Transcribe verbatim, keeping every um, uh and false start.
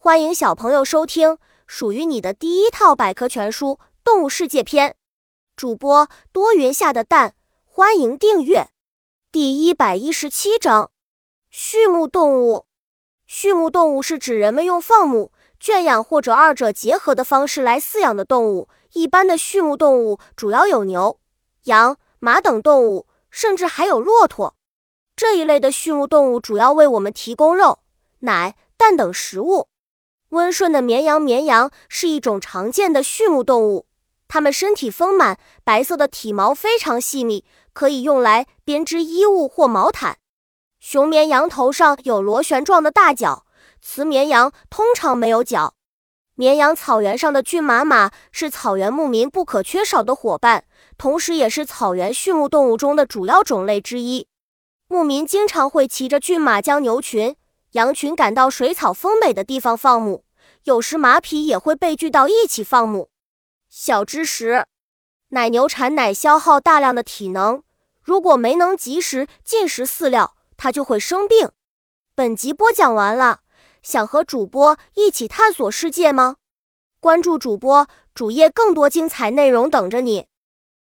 欢迎小朋友收听属于你的第一套百科全书《动物世界篇》。主播多云下的蛋，欢迎订阅。第一百一十七章：畜牧动物。畜牧动物是指人们用放牧、圈养或者二者结合的方式来饲养的动物。一般的畜牧动物主要有牛、羊、马等动物，甚至还有骆驼。这一类的畜牧动物主要为我们提供肉、奶、蛋等食物。温顺的绵羊绵羊是一种常见的畜牧动物，它们身体丰满，白色的体毛非常细密，可以用来编织衣物或毛毯。雄绵羊头上有螺旋状的大角，雌绵羊通常没有角。绵羊草原上的骏马马是草原牧民不可缺少的伙伴，同时也是草原畜牧动物中的主要种类之一。牧民经常会骑着骏马将牛群、羊群赶到水草丰美的地方放牧，有时马匹也会被聚到一起放牧。小知识：奶牛产奶消耗大量的体能，如果没能及时进食饲料，它就会生病。本集播讲完了，想和主播一起探索世界吗？关注主播主页，更多精彩内容等着你。